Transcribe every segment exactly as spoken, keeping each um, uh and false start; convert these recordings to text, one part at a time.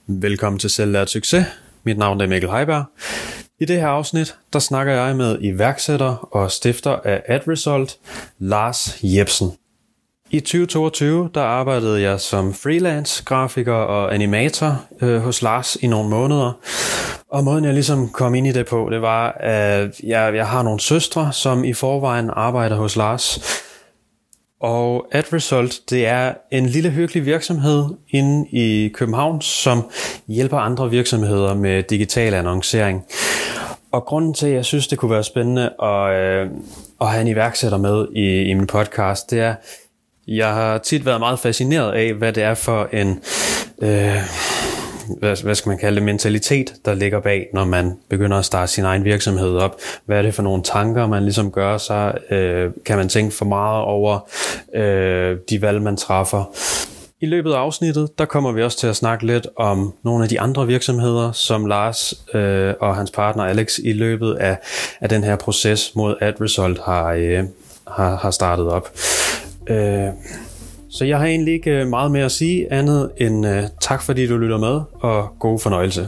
Velkommen til Selvlært Succes. Mit navn er Mikkel Heiberg. I det her afsnit, der snakker jeg med iværksætter og stifter af AdResult, Lars Jepsen. I tyve toogtyve, der arbejdede jeg som freelance grafiker og animator øh, hos Lars i nogle måneder. Og måden jeg ligesom kom ind i det på, det var, at jeg, jeg har nogle søstre, som i forvejen arbejder hos Lars. Og AdResult, det er en lille hyggelig virksomhed inde i København, som hjælper andre virksomheder med digital annoncering. Og grunden til, at jeg synes, det kunne være spændende at, øh, at have en iværksætter med i, i min podcast, det er, jeg har tit været meget fascineret af, hvad det er for en, øh, hvad, hvad skal man kalde det, mentalitet, der ligger bag, når man begynder at starte sin egen virksomhed op. Hvad er det for nogle tanker, man ligesom gør sig? Øh, kan man tænke for meget over øh, de valg, man træffer? I løbet af afsnittet, der kommer vi også til at snakke lidt om nogle af de andre virksomheder, som Lars øh, og hans partner Alex i løbet af, af den her proces mod AdResult har, øh, har, har startet op. Øh, så jeg har egentlig ikke meget mere at sige andet end øh, tak fordi du lytter med, og god fornøjelse.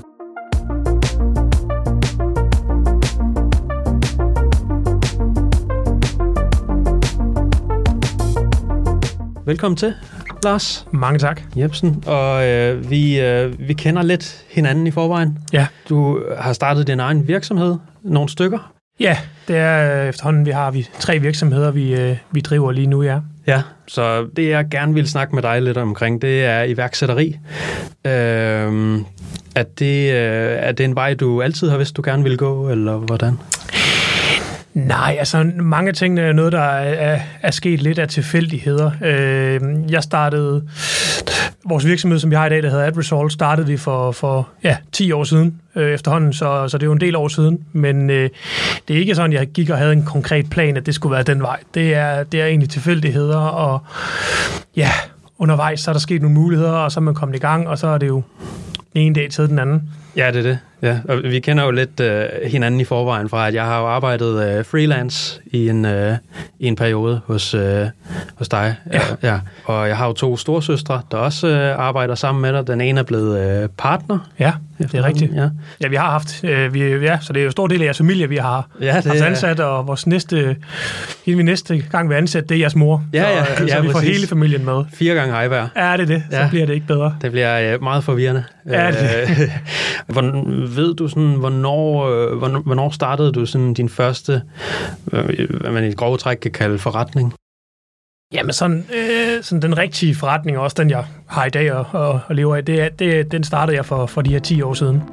Velkommen til, Lars. Mange tak. Jepsen. Og øh, vi, øh, vi kender lidt hinanden i forvejen. Ja. Du har startet din egen virksomhed, nogle stykker. Ja, det er efterhånden, vi har vi tre virksomheder, vi, øh, vi driver lige nu, ja. Ja, så det jeg gerne vil snakke med dig lidt omkring, det er iværksætteri. Øh, er, det, øh, er det en vej, du altid har vidst, du gerne vil gå, eller hvordan? Nej, altså mange ting er noget, der er, er sket lidt af tilfældigheder. Øh, jeg startede, vores virksomhed, som vi har i dag, der hedder AdResult, startede vi for, for ja, ti år siden øh, efterhånden, så, så det er jo en del år siden. Men øh, det er ikke sådan, at jeg gik og havde en konkret plan, at det skulle være den vej. Det er, det er egentlig tilfældigheder, og ja, undervejs så er der sket nogle muligheder, og så er man kommet i gang, og så er det jo den ene dag til den anden. Ja, det er det. Ja, og vi kender jo lidt øh, hinanden i forvejen fra, at jeg har jo arbejdet øh, freelance i en, øh, i en periode hos, øh, hos dig. Ja. Ja. Og jeg har jo to storsøstre, der også øh, arbejder sammen med dig. Den ene er blevet øh, partner. Ja, det er rigtigt. Ja. Ja, vi har haft, øh, vi, ja, så det er jo en stor del af jeres familie, vi har ja, det haft ansat, og vores næste, hele næste gang vi ansætter, det er jeres mor. Ja, ja, så, ja, så vi får præcis. hele familien med. Fire gange hejvær. Ja, det er det. Så ja. Bliver det ikke bedre. Det bliver øh, meget forvirrende. Ja, det. Hvordan, ved du sådan, hvornår, øh, hvornår, hvornår startede du sådan din første, hvad man i et grove træk kan kalde forretning? Jamen sådan, øh, sådan den rigtige forretning, også den jeg har i dag og, og, og lever af, det, det, den startede jeg for, for de her ti år siden.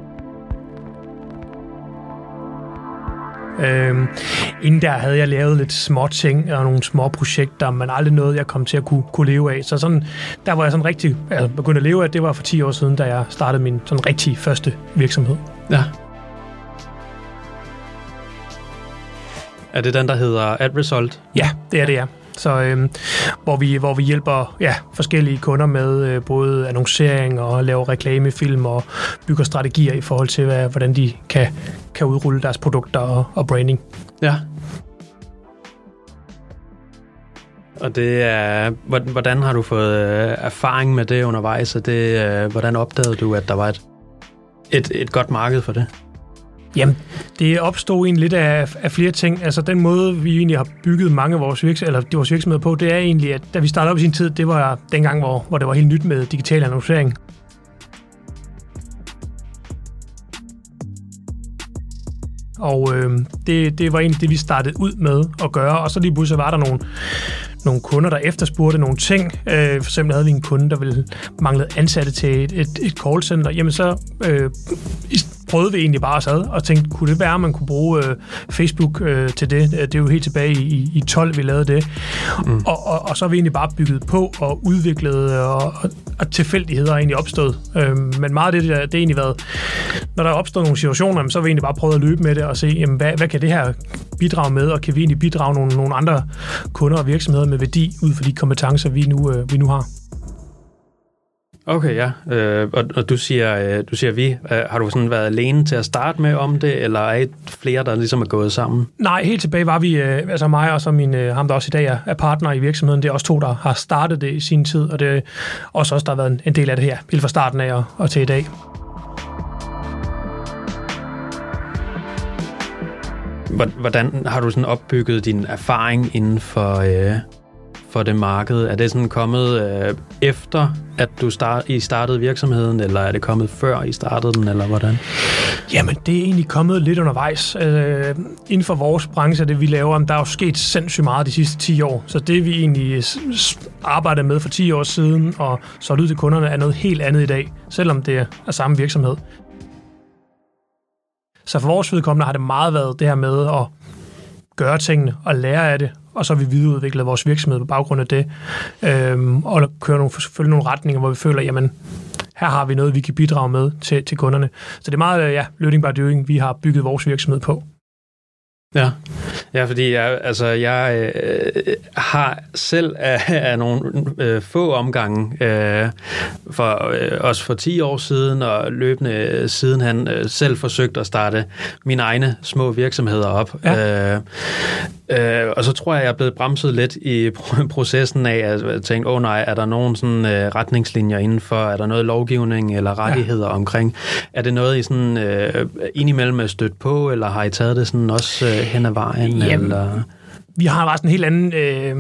Øhm, inden der havde jeg lavet lidt små ting og nogle små projekter, men aldrig noget, jeg kom til at kunne, kunne leve af. Så sådan, der var jeg sådan rigtig altså, begyndt at leve af, det var for ti år siden, da jeg startede min sådan rigtig første virksomhed. Ja. Er det den, der hedder AdResult? Ja, det er det, ja. Så øhm, hvor, vi, hvor vi hjælper ja, forskellige kunder med øh, både annoncering og laver reklamefilm og bygger strategier i forhold til, hvad, hvordan de kan, kan udrulle deres produkter og, og branding. Ja. Og det er, hvordan har du fået erfaring med det undervejs, og det, hvordan opdagede du, at der var et, et, et godt marked for det? Jamen, det opstod egentlig lidt af, af flere ting. Altså, den måde, vi egentlig har bygget mange af vores, virks- eller vores virksomheder på, det er egentlig, at da vi startede op i sin tid, det var dengang, hvor, hvor det var helt nyt med digital annoncering. Og øh, det, det var egentlig det, vi startede ud med at gøre. Og så lige pludselig var der nogle, nogle kunder, der efterspurgte nogle ting. Øh, for eksempel havde vi en kunde, der ville manglede ansatte til et, et, et callcenter. Jamen så øh, prøvede vi egentlig bare os ad og tænkte, kunne det være, at man kunne bruge øh, Facebook øh, til det? Det er jo helt tilbage i, i tolv, vi lavede det. Mm. Og, og, og så har vi egentlig bare bygget på og udviklet, og, og, og tilfældigheder er egentlig opstået. Øh, men meget af det, det er egentlig været, når der er opstået nogle situationer, så har vi egentlig bare prøvet at løbe med det og se, jamen, hvad, hvad kan det her bidrage med, og kan vi egentlig bidrage nogle, nogle andre kunder og virksomheder med værdi ud for de kompetencer, vi nu, øh, vi nu har. Okay, ja. Øh, og, og du siger, øh, du siger vi. Øh, har du sådan været alene til at starte med om det, eller er I flere, der ligesom er gået sammen? Nej, helt tilbage var vi, øh, altså mig og så min, øh, ham der også i dag er, er partner i virksomheden. Det er også to, der har startet det i sin tid, og det er også os, der har været en, en del af det her, helt fra starten af og, og til i dag. Hvordan har du sådan opbygget din erfaring inden for, øh, for det marked? Er det sådan kommet øh, efter, at du start, I startede virksomheden, eller er det kommet før I startede den, eller hvordan? Jamen, det er egentlig kommet lidt undervejs. Øh, inden for vores branche, det vi laver, der er jo sket sindssygt meget de sidste ti år. Så det vi egentlig arbejdede med for ti år siden, og solgte ud til kunderne, er noget helt andet i dag, selvom det er samme virksomhed. Så for vores vedkommende har det meget været det her med at gøre tingene og lære af det, og så har vi videreudviklet vores virksomhed på baggrund af det, øhm, og køre nogle, følge nogle retninger, hvor vi føler, jamen, her har vi noget, vi kan bidrage med til, til kunderne. Så det er meget, ja, learning by doing, vi har bygget vores virksomhed på. Ja, ja, fordi jeg, altså, jeg øh, har selv af, af nogle øh, få omgange, øh, for, øh, også for ti år siden og løbende siden han øh, selv forsøgt at starte mine egne små virksomheder op. Ja. Øh, øh, og så tror jeg, jeg er blevet bremset lidt i processen af at tænke, åh oh, nej, er der nogen sådan, øh, retningslinjer indenfor? Er der noget lovgivning eller rettigheder ja. omkring? Er det noget, I sådan, øh, indimellem er stødt på, eller har I taget det sådan også øh, hen ad vejen? Jamen, eller? Vi har bare sådan en helt anden øh,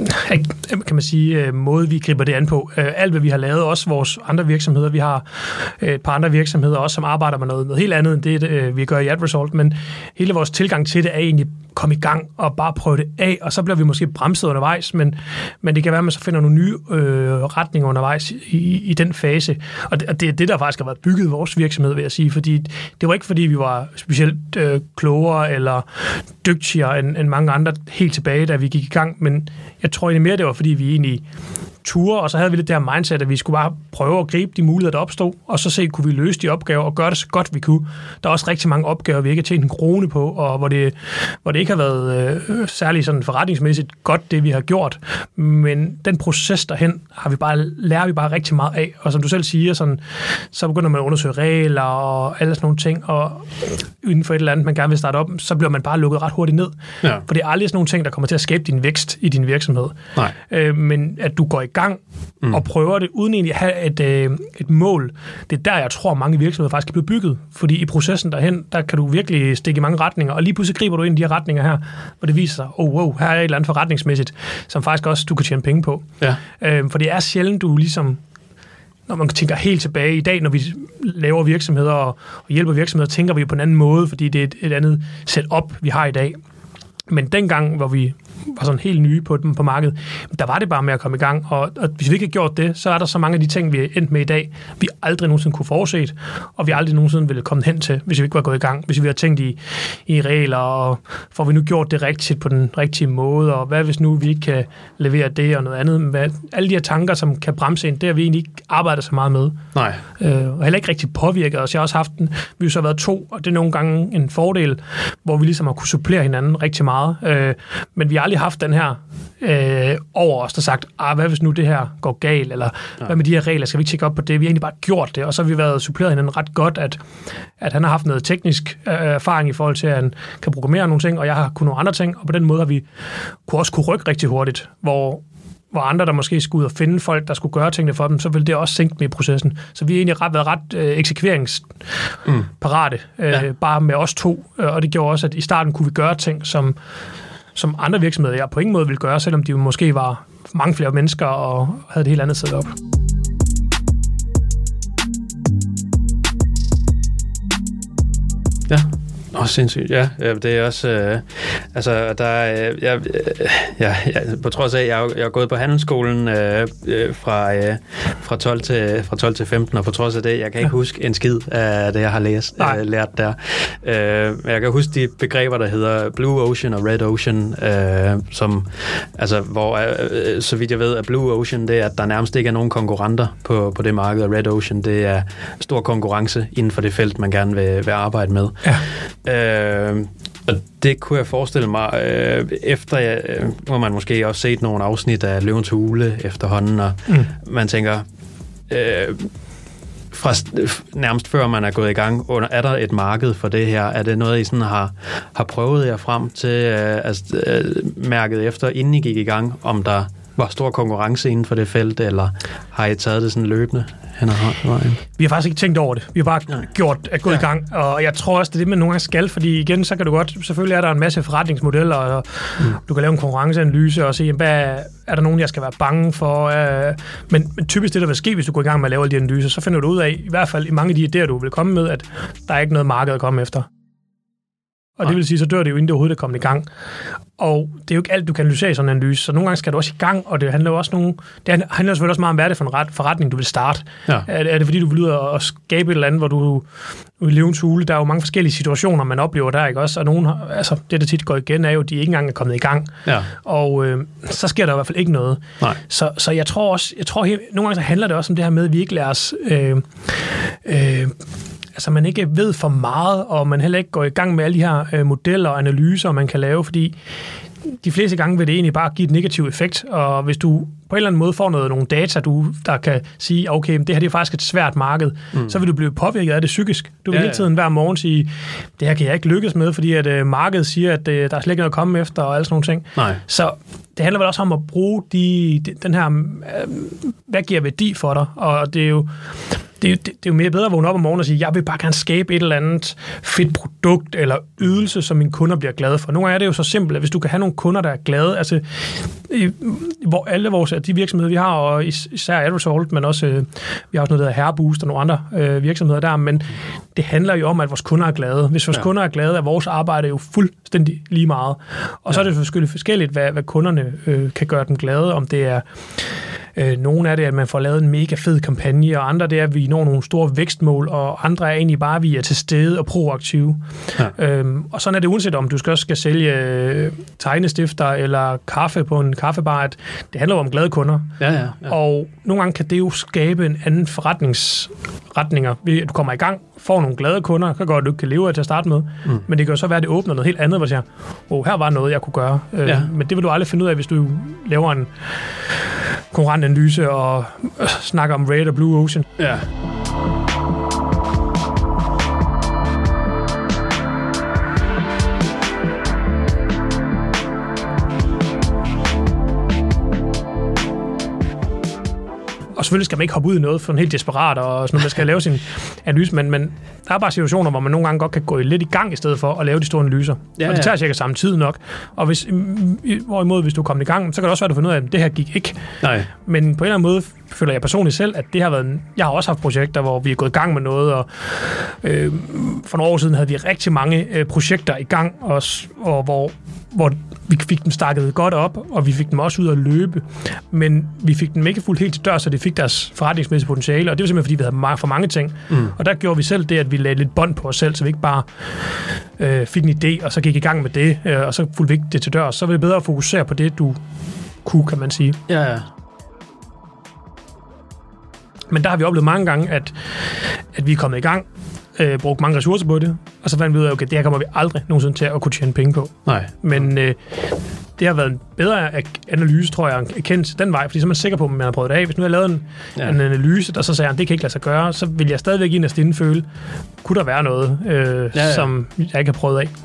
kan man sige, øh, måde, vi griber det an på. Øh, alt, hvad vi har lavet, også vores andre virksomheder. Vi har øh, et par andre virksomheder også, som arbejder med noget, noget helt andet end det, øh, vi gør i AdResult, men hele vores tilgang til det er egentlig komme i gang og bare prøve det af, og så bliver vi måske bremset undervejs, men, men det kan være, at man så finder nogle nye øh, retninger undervejs i, i den fase. Og det, og det er det, der faktisk har været bygget i vores virksomhed, vil jeg sige, fordi det var ikke, fordi vi var specielt øh, klogere eller dygtigere end, end mange andre helt tilbage, da vi gik i gang, men jeg tror egentlig mere, det var, fordi vi egentlig ture, og så havde vi lidt det her mindset, at vi skulle bare prøve at gribe de muligheder, der opstod, og så se, kunne vi løse de opgaver, og gøre det så godt, vi kunne. Der er også rigtig mange opgaver, vi ikke har tjent en krone på, og hvor det, hvor det ikke har været øh, særlig sådan forretningsmæssigt godt, det vi har gjort. Men den proces derhen, har vi bare, lærer vi bare rigtig meget af, og som du selv siger, sådan, så begynder man at undersøge regler og alle sådan nogle ting, og inden for et eller andet, man gerne vil starte op, så bliver man bare lukket ret hurtigt ned. Ja. For det er aldrig sådan nogle ting, der kommer til at skabe din vækst i din virksomhed. Nej. Øh, men at du går i gang mm. og prøver det, uden egentlig at have et, øh, et mål. Det er der, jeg tror, mange virksomheder faktisk kan blive bygget. Fordi i processen derhen, der kan du virkelig stikke i mange retninger, og lige pludselig griber du ind i de her retninger her, hvor det viser sig, oh wow, her er et eller andet forretningsmæssigt, som faktisk også du kan tjene penge på. Ja. Øh, for det er sjældent, du ligesom, når man tænker helt tilbage i dag, når vi laver virksomheder og, og hjælper virksomheder, tænker vi på en anden måde, fordi det er et, et andet setup, vi har i dag. Men dengang, hvor vi var sådan helt nye på, på markedet, der var det bare med at komme i gang, og, og hvis vi ikke havde gjort det, så er der så mange af de ting, vi er endt med i dag, vi aldrig nogensinde kunne forudset, og vi aldrig nogensinde ville komme hen til, hvis vi ikke var gået i gang, hvis vi havde tænkt i, i regler, og får vi nu gjort det rigtigt på den rigtige måde, og hvad hvis nu vi ikke kan levere det og noget andet, hvad, alle de her tanker, som kan bremse ind, det har vi egentlig ikke arbejdet så meget med. Nej. Øh, og heller ikke rigtig påvirket os. Jeg har også haft den, vi har så været to, og det er nogle gange en fordel, hvor vi ligesom har kunne supplere hinanden rigtig meget, øh, men vi har aldrig haft den her øh, over os, der sagt, ah, hvad hvis nu det her går galt, eller ja. hvad med de her regler, skal vi ikke tjekke op på det? Vi har egentlig bare gjort det, og så har vi været suppleret hinanden ret godt, at, at han har haft noget teknisk øh, erfaring i forhold til, at han kan programmere nogle ting, og jeg har kunnet nogle andre ting, og på den måde har vi kunne også kunne rykke rigtig hurtigt, hvor hvor andre, der måske skulle ud og finde folk, der skulle gøre tingene for dem, så ville det også sænke med i processen. Så vi har egentlig ret, været ret øh, eksekveringsparate, mm. øh, ja. bare med os to, og det gjorde også, at i starten kunne vi gøre ting, som, som andre virksomheder jeg på ingen måde ville gøre, selvom de måske var mange flere mennesker og havde et helt andet setup. Ja. Åh, oh, sindssygt, ja. Det er også, øh, altså, der er, øh, jeg, øh, ja, ja, på trods af, jeg, jeg er gået på handelsskolen øh, øh, fra, øh, fra, tolv til, fra tolv til femten, og på trods af det, jeg kan ikke ja. huske en skid af det, jeg har læst, øh, lært der. Øh, jeg kan huske de begreber, der hedder Blue Ocean og Red Ocean, øh, som, altså, hvor, øh, så vidt jeg ved, at Blue Ocean, det er, at der nærmest ikke er nogen konkurrenter på, på det marked, og Red Ocean, det er stor konkurrence inden for det felt, man gerne vil, vil arbejde med. Ja. Øh, og det kunne jeg forestille mig, øh, efter jeg, øh, nu har man måske også set nogle afsnit af Løvens Hule efterhånden, og mm. man tænker, øh, fra nærmest før man er gået i gang, under, er der et marked for det her? Er det noget, I sådan har, har prøvet jer frem til, øh, altså, øh, mærket efter, inden I gik i gang, om der var stor konkurrence inden for det felt, eller har I taget det sådan løbende hen ad vejen? Vi har faktisk ikke tænkt over det. Vi har bare Nej. gjort at gå ja. i gang, og jeg tror også, det er det, man nogle gange skal, fordi igen, så kan du godt, selvfølgelig er der en masse forretningsmodeller, og mm. du kan lave en konkurrenceanalyse og se, hvad er der nogen, jeg skal være bange for? Men, men typisk det, der vil ske, hvis du går i gang med at lave alle de analyser, så finder du ud af, i hvert fald i mange af de idéer, du vil komme med, at der er ikke noget marked at komme efter. Og det vil sige, så dør det jo, inden det overhovedet er kommet i gang. Og det er jo ikke alt, du kan analysere i sådan en analyse, så nogle gange skal du også i gang, og det handler jo også nogle, det handler selvfølgelig også meget om, hvad er det for en forretning, du vil starte. Ja. Er, er det fordi, du vil ud og skabe et eller andet, hvor du vil leve en hule? Der er jo mange forskellige situationer, man oplever der, ikke også? Og nogen, altså det, der tit går igen, er jo, at de ikke engang er kommet i gang. Ja. Og øh, så sker der i hvert fald ikke noget. Nej. Så, så jeg tror også, jeg tror, nogle gange så handler det også om det her med, at vi ikke lader os... Øh, øh, Altså, man ikke ved for meget, og man heller ikke går i gang med alle de her øh, modeller og analyser, man kan lave, fordi de fleste gange vil det egentlig bare give et negativ effekt, og hvis du på en eller anden måde får noget, nogle data, du, der kan sige, okay, det her det er faktisk et svært marked, mm. så vil du blive påvirket af det psykisk. Du vil ja, hele tiden hver morgen sige, det her kan jeg ikke lykkes med, fordi at øh, markedet siger, at øh, der er slet ikke noget at komme efter, og alle sådan nogle ting. Nej. Så det handler vel også om at bruge de, de, den her, øh, hvad giver værdi for dig, og det er jo Det er, det, det er jo mere bedre at vågne op om morgenen og sige, jeg vil bare gerne skabe et eller andet fedt produkt eller ydelse, som mine kunder bliver glade for. Nogle gange er det jo så simpelt, at hvis du kan have nogle kunder, der er glade, altså i, hvor alle vores, de virksomheder, vi har, og især AdResult, men også, øh, vi har også noget, der hedder Hair-Boost og nogle andre øh, virksomheder der, men det handler jo om, at vores kunder er glade. Hvis vores ja. kunder er glade, er vores arbejde jo fuldstændig lige meget. Og så ja. er det selvfølgelig forskelligt, hvad, hvad kunderne øh, kan gøre dem glade, om det er Øh, nogle af det, at man får lavet en mega fed kampagne, og andre det er, at vi når nogle store vækstmål, og andre er egentlig bare, at vi er til stede og proaktive. Ja. Øhm, og sådan er det uanset om, du skal også skal sælge øh, tegnestifter eller kaffe på en kaffebar. At det handler jo om glade kunder. Ja, ja, ja. Og nogle gange kan det jo skabe en anden forretningsretninger. Du kommer i gang, får nogle glade kunder, kan godt, du ikke kan leve af til at starte med, mm. men det kan jo så være, at det åbner noget helt andet, hvor jeg siger, oh, her var noget, jeg kunne gøre. Øh, ja. Men det vil du aldrig finde ud af, hvis du laver en konkurrentanalyse og øh, snakker om Red og Blue Ocean. Ja. Og selvfølgelig skal man ikke hoppe ud i noget for en helt desperat, og sådan, man skal lave sin analyse, men, men der er bare situationer, hvor man nogle gange godt kan gå lidt i gang i stedet for at lave de store analyser. Ja, og det tager cirka samme tid nok. Og hvis, hvorimod, hvis du kommer i gang, så kan det også være, at du finder ud af, at det her gik ikke. Nej. Men på en eller anden måde føler jeg personligt selv, at det har været en, jeg har også haft projekter, hvor vi er gået i gang med noget, og øh, for nogle år siden havde vi rigtig mange øh, projekter i gang, og, og hvor, hvor vi fik dem stakket godt op, og vi fik dem også ud at løbe, men vi fik dem ikke fuldt helt til dør, så det fik deres forretningsmæssige potentiale, og det var simpelthen, fordi vi havde for mange ting. Mm. Og der gjorde vi selv det, at vi lagde lidt bånd på os selv, så vi ikke bare øh, fik en idé, og så gik i gang med det, øh, og så fulgte vi ikke det til dør. Så var det bedre at fokusere på det, du kunne, kan man sige. Ja, ja. Men der har vi oplevet mange gange, at, at vi er kommet i gang, øh, brugt mange ressourcer på det, og så fandt vi ud af, okay, det her kommer vi aldrig nogensinde til at kunne tjene penge på. Nej. Men øh, det har været en bedre analyse, tror jeg, kendt den vej, fordi så er man sikker på, at man har prøvet det af. Hvis nu jeg lavet en, ja. en analyse, der så sagde, at det kan ikke lade sig gøre, så vil jeg stadigvæk ind og stille føle, kunne der være noget, øh, ja, ja. som jeg ikke har prøvet af.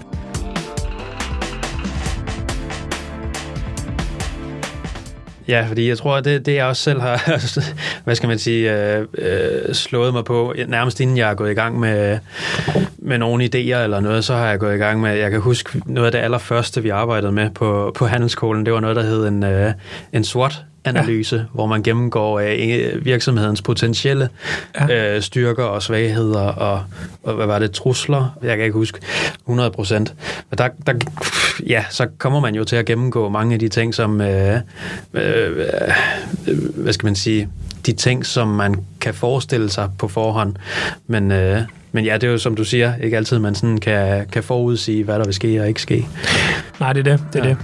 Ja, fordi jeg tror, at det, det jeg også selv har, hvad skal man sige, øh, øh, slået mig på, nærmest inden jeg er gået i gang med, med nogle idéer eller noget, så har jeg gået i gang med, jeg kan huske noget af det allerførste, vi arbejdede med på, på Handelsskolen, det var noget, der hed en, øh, en SWOT-analyse, ja. hvor man gennemgår øh, virksomhedens potentielle ja. øh, styrker og svagheder og, og, hvad var det, trusler, jeg kan ikke huske, hundrede procent. Men der, der ja, så kommer man jo til at gennemgå mange af de ting, som, øh, øh, hvad skal man sige, de ting, som man kan forestille sig på forhånd. Men, øh, men ja, det er jo, som du siger, ikke altid, man sådan kan, kan forudsige, hvad der vil ske og ikke ske. Nej, det er det. Det er ja. det.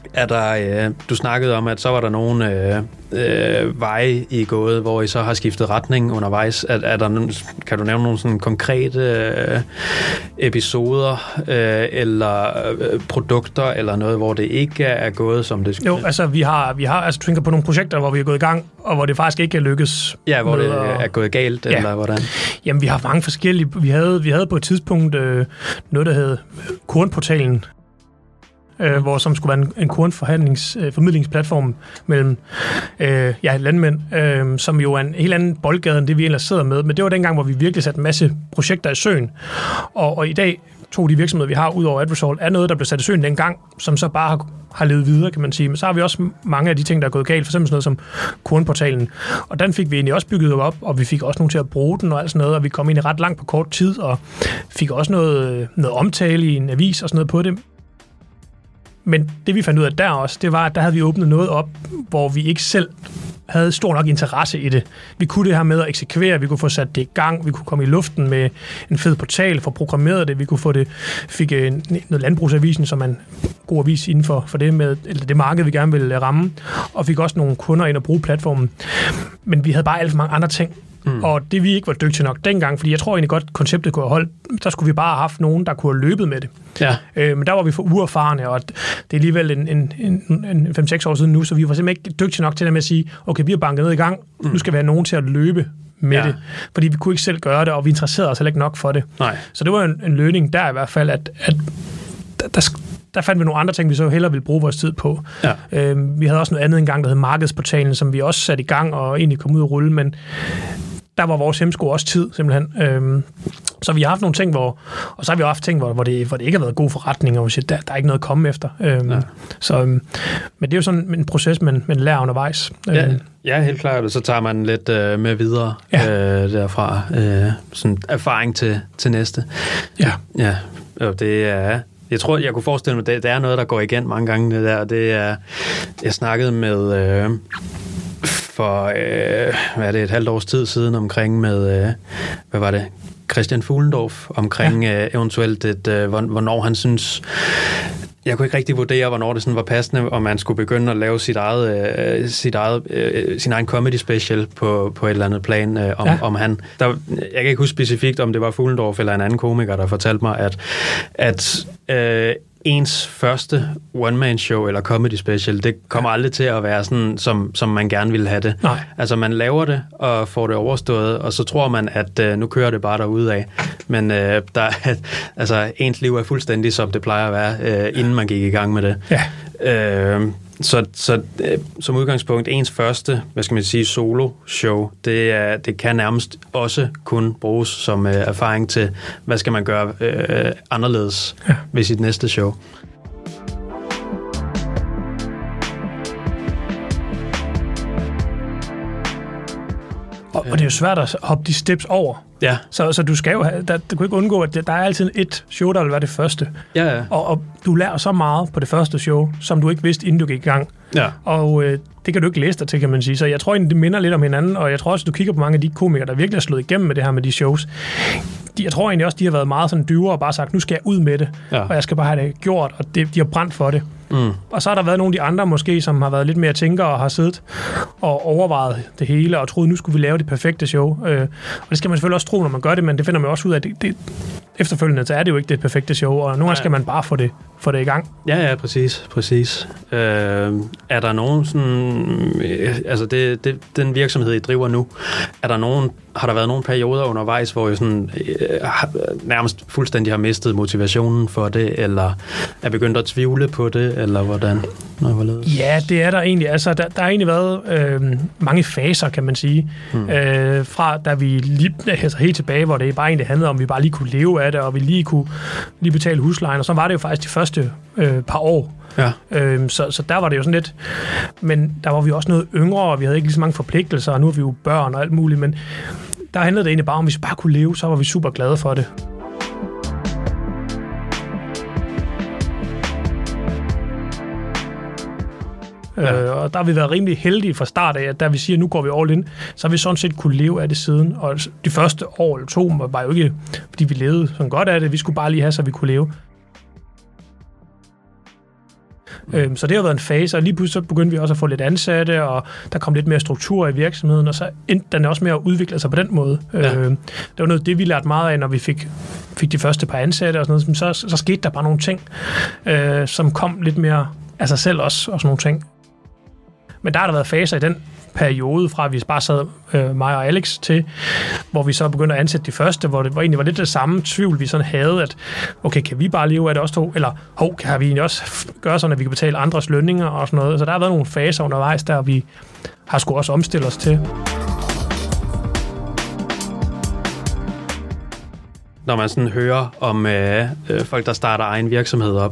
Er der, øh, du snakkede om, at så var der nogle øh, øh, veje i gået, hvor I så har skiftet retning undervejs. Er, er der, kan du nævne nogle sådan konkrete øh, episoder øh, eller øh, produkter eller noget, hvor det ikke er gået, som det skulle? Jo, altså vi har, vi har altså tænker på nogle projekter, hvor vi er gået i gang, og hvor det faktisk ikke er lykkes. Ja, hvor det at, er gået galt, ja. Eller hvordan? Jamen, vi har mange forskellige. Vi havde, vi havde på et tidspunkt øh, noget, der hed Kornportalen, øh, hvor som skulle være en, en kornforhandlingsformidlingsplatform øh, mellem øh, ja, landmænd, øh, som jo er en helt anden boldgade, end det vi ellers sidder med. Men det var dengang, hvor vi virkelig satte en masse projekter i søen. Og, og i dag, to af de virksomheder, vi har ud over AdResult, er noget, der blev sat i søen dengang, som så bare har, har levet videre, kan man sige. Men så har vi også mange af de ting, der er gået galt, for eksempel sådan noget som Kornportalen. Og den fik vi egentlig også bygget op, og vi fik også nogen til at bruge den og alt sådan noget, og vi kom egentlig ret langt på kort tid, og fik også noget, noget omtale i en avis og sådan noget på det. Men det vi fandt ud af der også, det var, at der havde vi åbnet noget op, hvor vi ikke selv havde stor nok interesse i det. Vi kunne det her med at eksekvere, vi kunne få sat det i gang, vi kunne komme i luften med en fed portal, få programmeret det, vi kunne få det, fik en, noget landbrugsavisen, som er en god avis inden for, for det, med, eller det marked, vi gerne ville ramme, og fik også nogle kunder ind og bruge platformen. Men vi havde bare alt for mange andre ting. Mm. Og det vi ikke var dygtige nok dengang, fordi jeg tror egentlig godt, konceptet kunne have holdt, der skulle vi bare have haft nogen, der kunne have løbet med det. Ja. Øh, men der var vi for uerfarne, og det er alligevel en, en, en, en fem seks år siden nu, så vi var simpelthen ikke dygtige nok til det med at sige, okay, vi har banket ned i gang, mm. nu skal vi have nogen til at løbe med ja. det. Fordi vi kunne ikke selv gøre det, og vi interesserede os heller ikke nok for det. Nej. Så det var en, en learning der i hvert fald, at, at der, der der fandt vi nogle andre ting, vi så hellere ville bruge vores tid på. Ja. Øhm, vi havde også noget andet engang, der hed Markedsportalen, som vi også satte i gang og egentlig kom ud og rulle, men der var vores hemsko også tid, simpelthen. Øhm, så vi har haft nogle ting, hvor, og så har vi haft ting, hvor, hvor, det, hvor det ikke har været god forretning, og der, der er ikke noget at komme efter. Øhm, ja. Så, øhm, men det er jo sådan en proces, man, man lærer undervejs. Ja, øhm. ja, helt klart, og så tager man lidt øh, med videre ja. øh, derfra. Øh, sådan erfaring til, til næste. Ja. Ja, og det er... Jeg tror, jeg kunne forestille mig, at det, det er noget, der går igen mange gange, det der. Det er, jeg snakkede med øh, for, øh, hvad er det, et halvt års tid siden omkring med, øh, hvad var det, Christian Fuglendorf, omkring ja. øh, eventuelt, et, øh, hvornår han synes... Jeg kunne ikke rigtig vurdere, hvornår det sådan var passende, om man skulle begynde at lave sit eget, øh, sit eget, øh, sin egen comedy special på, på et eller andet plan. Øh, om, ja. om han, der, jeg kan ikke huske specifikt, om det var Fuglendorf eller en anden komiker, der fortalte mig, at, at øh, ens første one-man-show eller comedy special, det kommer aldrig til at være sådan, som, som man gerne ville have det. Nej. Altså, man laver det og får det overstået, og så tror man, at øh, nu kører det bare derudad. Men øh, der, altså, ens liv er fuldstændig, som det plejer at være, øh, inden man gik i gang med det. Ja. Øh, så så øh, som udgangspunkt, ens første, hvad skal man sige, solo-show, det, er, det kan nærmest også kun bruges som øh, erfaring til, hvad skal man gøre øh, anderledes ja. ved sit næste show. Og, og det er jo svært at hoppe de steps over. Ja. Så, så du skal jo have, der, du kan ikke undgå, at der er altid et show, der vil være det første. Ja, ja. Og, og du lærer så meget på det første show, som du ikke vidste, inden du gik i gang. Ja. Og øh, det kan du ikke læse dig til, kan man sige. Så jeg tror egentlig, det minder lidt om hinanden, og jeg tror også, at du kigger på mange af de komikere, der virkelig har slået igennem med det her med de shows. De, jeg tror egentlig også, de har været meget sådan dyre og bare sagt, nu skal jeg ud med det, ja. og jeg skal bare have det gjort, og det, de har brændt for det. Mm. Og så har der været nogle af de andre måske, som har været lidt mere tænkere og har siddet og overvejet det hele og troet, nu skulle vi lave det perfekte show. Øh, og det skal man selvfølgelig også tro, når man gør det, men det finder man også ud af, det, det, efterfølgende, så er det jo ikke det perfekte show, og nogle gange skal man bare få det, få det i gang. Ja, ja, præcis. præcis. Øh, er der nogen sådan, øh, altså det, det, den virksomhed, I driver nu, er der nogen, har der været nogle perioder undervejs, hvor I sådan, øh, nærmest fuldstændig har mistet motivationen for det, eller er begyndt at tvivle på det, eller hvordan? Ja, det er der egentlig. Altså, der, der har egentlig været øh, mange faser, kan man sige. Hmm. Øh, fra da vi lige, altså helt tilbage, hvor det bare egentlig handlede om, at vi bare lige kunne leve af det, og vi lige kunne lige betale huslejen, og så var det jo faktisk de første øh, par år. Ja. Øh, så, så der var det jo sådan lidt, men der var vi også noget yngre, og vi havde ikke lige så mange forpligtelser, og nu er vi jo børn og alt muligt, men der handlede det egentlig bare om, hvis vi bare kunne leve, så var vi super glade for det. Ja. Øh, og der har vi været rimelig heldige fra start af, at da vi siger, at nu går vi all in, så har vi sådan set kunne leve af det siden. Og de første år eller to var jo ikke, fordi vi levede sådan godt af det, vi skulle bare lige have, så vi kunne leve. Øhm, så det har været en fase, og lige pludselig så begyndte vi også at få lidt ansatte, og der kom lidt mere struktur i virksomheden, og så endte den også med at udvikle sig på den måde. Ja. Øhm, det var noget, det vi lærte meget af, når vi fik, fik de første par ansatte og sådan noget, så, så skete der bare nogle ting, øh, som kom lidt mere af sig selv også, og sådan nogle ting. Men der har der været faser i den periode, fra at vi bare sad øh, mig og Alex til, hvor vi så begyndte at ansætte de første, hvor det var egentlig var lidt det samme tvivl, vi sådan havde, at okay, kan vi bare leve af det også to, eller hov, kan vi egentlig også gøre sådan, at vi kan betale andres lønninger og sådan noget. Så der har været nogle faser undervejs, der vi har sgu også omstillet os til. Når man sådan hører om øh, øh, folk, der starter egen virksomhed op,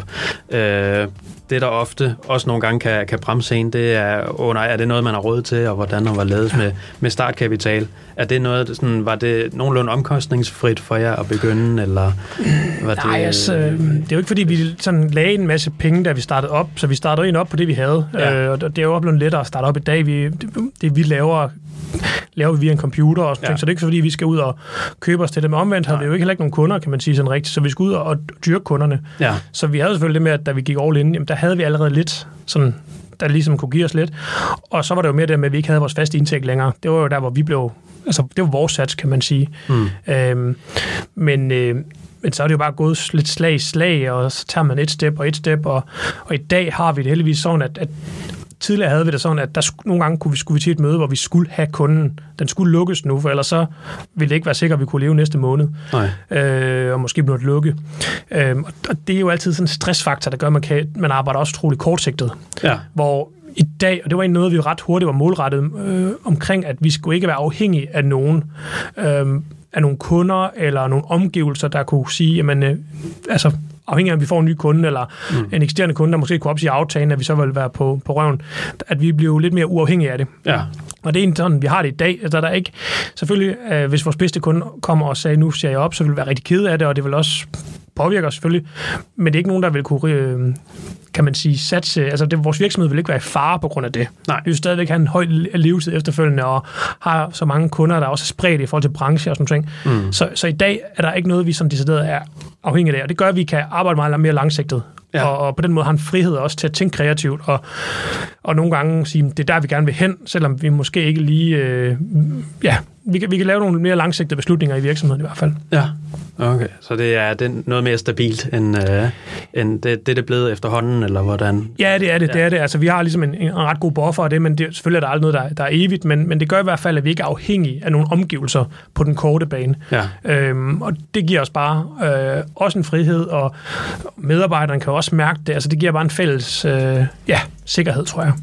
øh, det der ofte også nogle gange kan, kan bremse en, det er, åh nej, er det noget, man har råd til, og hvordan og hvorledes med, med startkapital? Er det noget, sådan, var det nogenlunde omkostningsfrit for jer at begynde, eller var det... Nej, altså, det er jo ikke fordi, vi sådan lagde en masse penge, da vi startede op, så vi startede ind op på det, vi havde, ja. øh, og det er jo blevet lettere at starte op i dag. Vi, det, det vi laver, laver vi via en computer og sådan ja. ting, så det er ikke fordi, vi skal ud og købe os til det. Men omvendt havde vi jo ikke heller ikke nogen kunder, kan man sige sådan rigtigt, så vi skulle ud og dyrke kunderne. Ja. Så vi havde selvfølgelig det med, at da vi gik all in, jamen, der havde vi allerede lidt sådan, der ligesom kunne give os lidt. Og så var det jo mere det med, at vi ikke havde vores faste indtægt længere. Det var jo der, hvor vi blev... Altså, det var vores sats, kan man sige. Mm. Øhm, men, øh, men så er det jo bare gået lidt slag i slag, og så tager man et step og et step, og, og i dag har vi det heldigvis sådan, at, at tidligere havde vi det sådan, at der sk- nogle gange kunne vi, skulle vi til et møde, hvor vi skulle have kunden. Den skulle lukkes nu, for ellers så ville det ikke være sikkert, at vi kunne leve næste måned. Nej. Øh, og måske blive lukket. Øh, og det er jo altid sådan en stressfaktor, der gør, at man, kan, man arbejder også utroligt kortsigtet. Ja. Hvor i dag, og det var en noget, vi ret hurtigt var målrettet øh, omkring, at vi skulle ikke være afhængige af nogen, øh, af nogle kunder eller nogle omgivelser, der kunne sige, jamen, øh, altså, afhængig af, at vi får en ny kunde, eller mm. en eksisterende kunde, der måske kunne opsige aftalen, at vi så vil være på, på røven, at vi bliver lidt mere uafhængige af det. Ja. Og det er sådan, vi har det i dag. Altså, der er ikke, selvfølgelig, øh, hvis vores bedste kunde kommer og sagde, nu siger jeg op, så vil vi være rigtig ked af det, og det vil også påvirke os selvfølgelig, men det er ikke nogen, der vil kunne, øh, kan man sige, satse, altså det, vores virksomhed vil ikke være i fare på grund af det. Nej. Vi vil stadigvæk have en høj levetid efterfølgende, og har så mange kunder, der også er spredt i forhold til branche og sådan ting. Mm. Så, så i dag er der ikke noget, vi sådan decideret er afhængige af, og det gør, at vi kan arbejde meget mere langsigtet. Ja. Og, og på den måde har en frihed også til at tænke kreativt, og, og nogle gange sige, det er der, vi gerne vil hen, selvom vi måske ikke lige, øh, ja, vi kan, vi kan lave nogle mere langsigtede beslutninger i virksomheden i hvert fald. Ja, okay. Så det er, det er noget mere stabilt, end, øh, end det, det er det blevet efterhånden, eller hvordan? Ja, det er det, ja. det er det. Altså, vi har ligesom en, en ret god buffer af det, men det, selvfølgelig er der aldrig noget, der, der er evigt, men, men det gør i hvert fald, at vi ikke er afhængige af nogle omgivelser på den korte bane. Ja. Øhm, og det giver os bare øh, også en frihed, og medarbejderne kan også mærke det. Altså, det giver bare en fælles øh, ja, sikkerhed, tror jeg.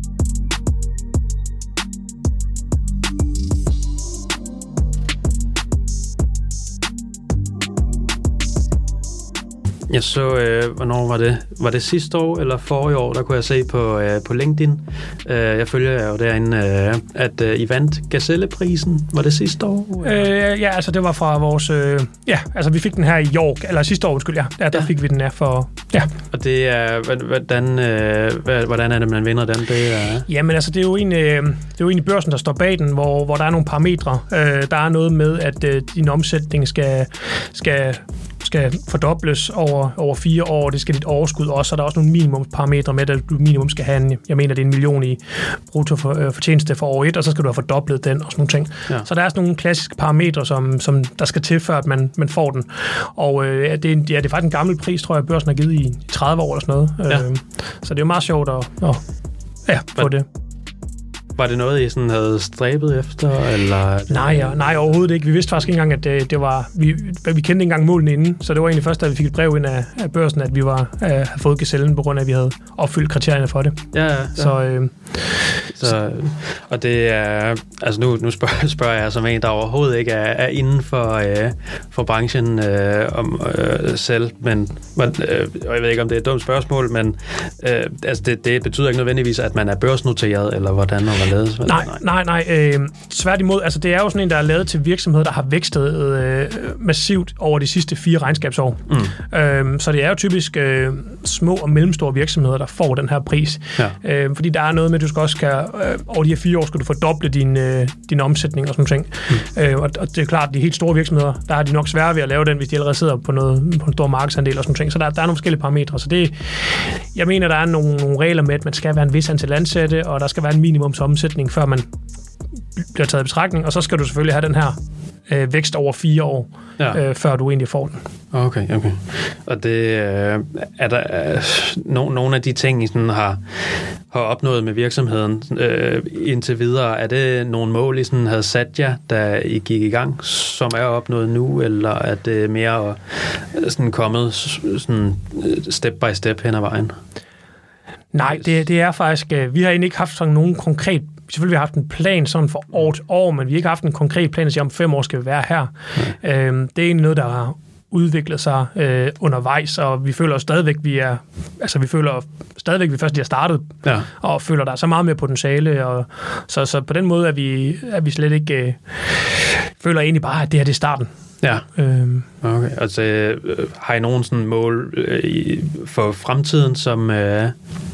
Jeg så, øh, hvornår var det? Var det sidste år eller forrige år, der kunne jeg se på, øh, på LinkedIn. Øh, jeg følger jo derinde, øh, at øh, I vandt Gazelleprisen. Var det sidste år? Øh, ja, altså det var fra vores... Øh, ja, altså vi fik den her i York, eller sidste år, undskyld, ja. Der, der ja. fik vi den her for... Ja. Og det er... Hvordan, øh, hvordan er det, man vinder den? Det er... Jamen altså, det er jo egentlig, øh, det er jo egentlig børsen, der står bag den, hvor, hvor der er nogle parametre. Øh, der er noget med, at øh, din omsætning skal... skal skal fordobles over, over fire år, det skal dit overskud også, og der er også nogle minimumsparametre med, at du minimum skal have en, jeg mener, det er en million i brutto for, øh, fortjeneste for år et, og så skal du have fordoblet den og sådan nogle ting. Ja. Så der er sådan nogle klassiske parametre, som, som der skal til, før at man, man får den. Og øh, det, er, ja, det er faktisk en gammel pris, tror jeg, børsen har givet i tredive år eller sådan noget. Ja. Øh, så det er jo meget sjovt at, at ja, få det. Var det noget, I sådan havde stræbet efter? Eller? Nej, ja, nej, overhovedet ikke. Vi vidste faktisk ikke engang, at det, det var... Vi, vi kendte ikke engang målene inden, så det var egentlig først, da vi fik et brev ind af, af børsen, at vi var, uh, havde fået Gazellen, på grund af, at vi havde opfyldt kriterierne for det. Ja, ja. Så, øh, så, og det er... Altså nu, nu spørger, spørger jeg som en, der overhovedet ikke er, er inden for, øh, for branchen øh, om, øh, selv, men... Øh, og jeg ved ikke, om det er et dumt spørgsmål, men øh, altså det, det betyder ikke nødvendigvis, at man er børsnoteret, eller hvordan man lavet? Nej, nej, nej. Øh, tværtimod, altså det er jo sådan en, der er lavet til virksomheder, der har vækstet øh, massivt over de sidste fire regnskabsår. Mm. Øh, så det er jo typisk øh, små og mellemstore virksomheder, der får den her pris. Ja. Øh, fordi der er noget med, at du skal også skal øh, over de her fire år skal du fordoble din, øh, din omsætning og sådan ting. Mm. Øh, og, og det er klart, at de helt store virksomheder, der har de nok svære ved at lave den, hvis de allerede sidder på, noget, på en stor markedsandel og sådan ting. Så der, der er nogle forskellige parametre. Så det, jeg mener, der er nogle, nogle regler med, at man skal være en vis antal ansatte, og der skal være en minimumsomsætning, før man bliver taget i betragtning. Og så skal du selvfølgelig have den her øh, vækst over fire år, ja. øh, før du egentlig får den. Okay, okay. Og det øh, er der øh, no, nogle af de ting, I sådan har, har opnået med virksomheden øh, indtil videre, er det nogle mål, I sådan havde sat jer, da I gik i gang, som er opnået nu, eller er det mere øh, sådan kommet sådan step by step hen ad vejen? Nej, det, det er faktisk, øh, vi har egentlig ikke haft sådan nogen konkret. Selvfølgelig har vi haft en plan sådan for år til år, men vi har ikke haft en konkret plan at sige, om fem år skal vi være her. Mm. Øhm, det er egentlig noget, der har udviklet sig øh, undervejs, og vi føler stadigvæk, vi er, altså vi føler stadigvæk, vi først lige har startet, ja. Og føler, der er så meget mere potentiale, og så, så på den måde er vi, er vi slet ikke, øh, føler egentlig bare, at det her det er starten. Ja, øhm. okay. Altså, øh, har I nogen sådan mål øh, for fremtiden, som... Øh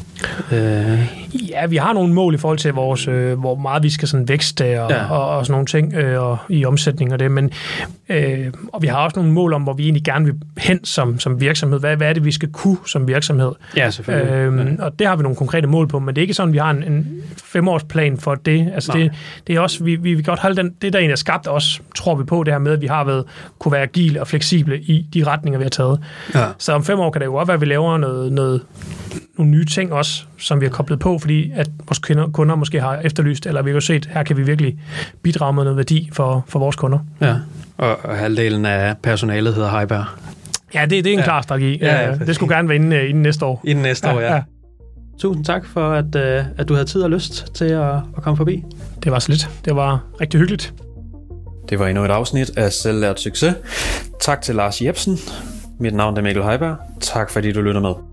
Øh. Ja, vi har nogle mål i forhold til vores, øh, hvor meget vi skal sådan vækste og, ja. og, og sådan nogle ting øh, og i omsætning og det, men øh, og vi har også nogle mål om, hvor vi egentlig gerne vil hen som, som virksomhed. Hvad, hvad er det, vi skal kunne som virksomhed? Ja, selvfølgelig. Øh, ja. Og det har vi nogle konkrete mål på, men det er ikke sådan, vi har en, en femårsplan for det. Altså det, det er også, vi, vi vil godt holde den, det der egentlig er skabt os, tror vi på det her med, at vi har været, kunne være agile og fleksible i de retninger, vi har taget. Ja. Så om fem år kan det jo godt være, at vi laver noget, noget, nogle nye ting også, som vi har koblet på, fordi at vores kunder, kunder måske har efterlyst, eller vi har jo set, her kan vi virkelig bidrage med noget værdi for, for vores kunder. Ja, og, og halvdelen af personalet hedder Heiberg. Ja, det, det er en ja. klar strategi. Ja, ja, det skulle gerne være inden, inden næste år. Inden næste ja, år, ja. ja. Tusind tak for, at, at du havde tid og lyst til at, at komme forbi. Det var så lidt. Det var rigtig hyggeligt. Det var endnu et afsnit af Selvlært Succes. Tak til Lars Jepsen. Mit navn er Mikkel Heiberg. Tak fordi du lytter med.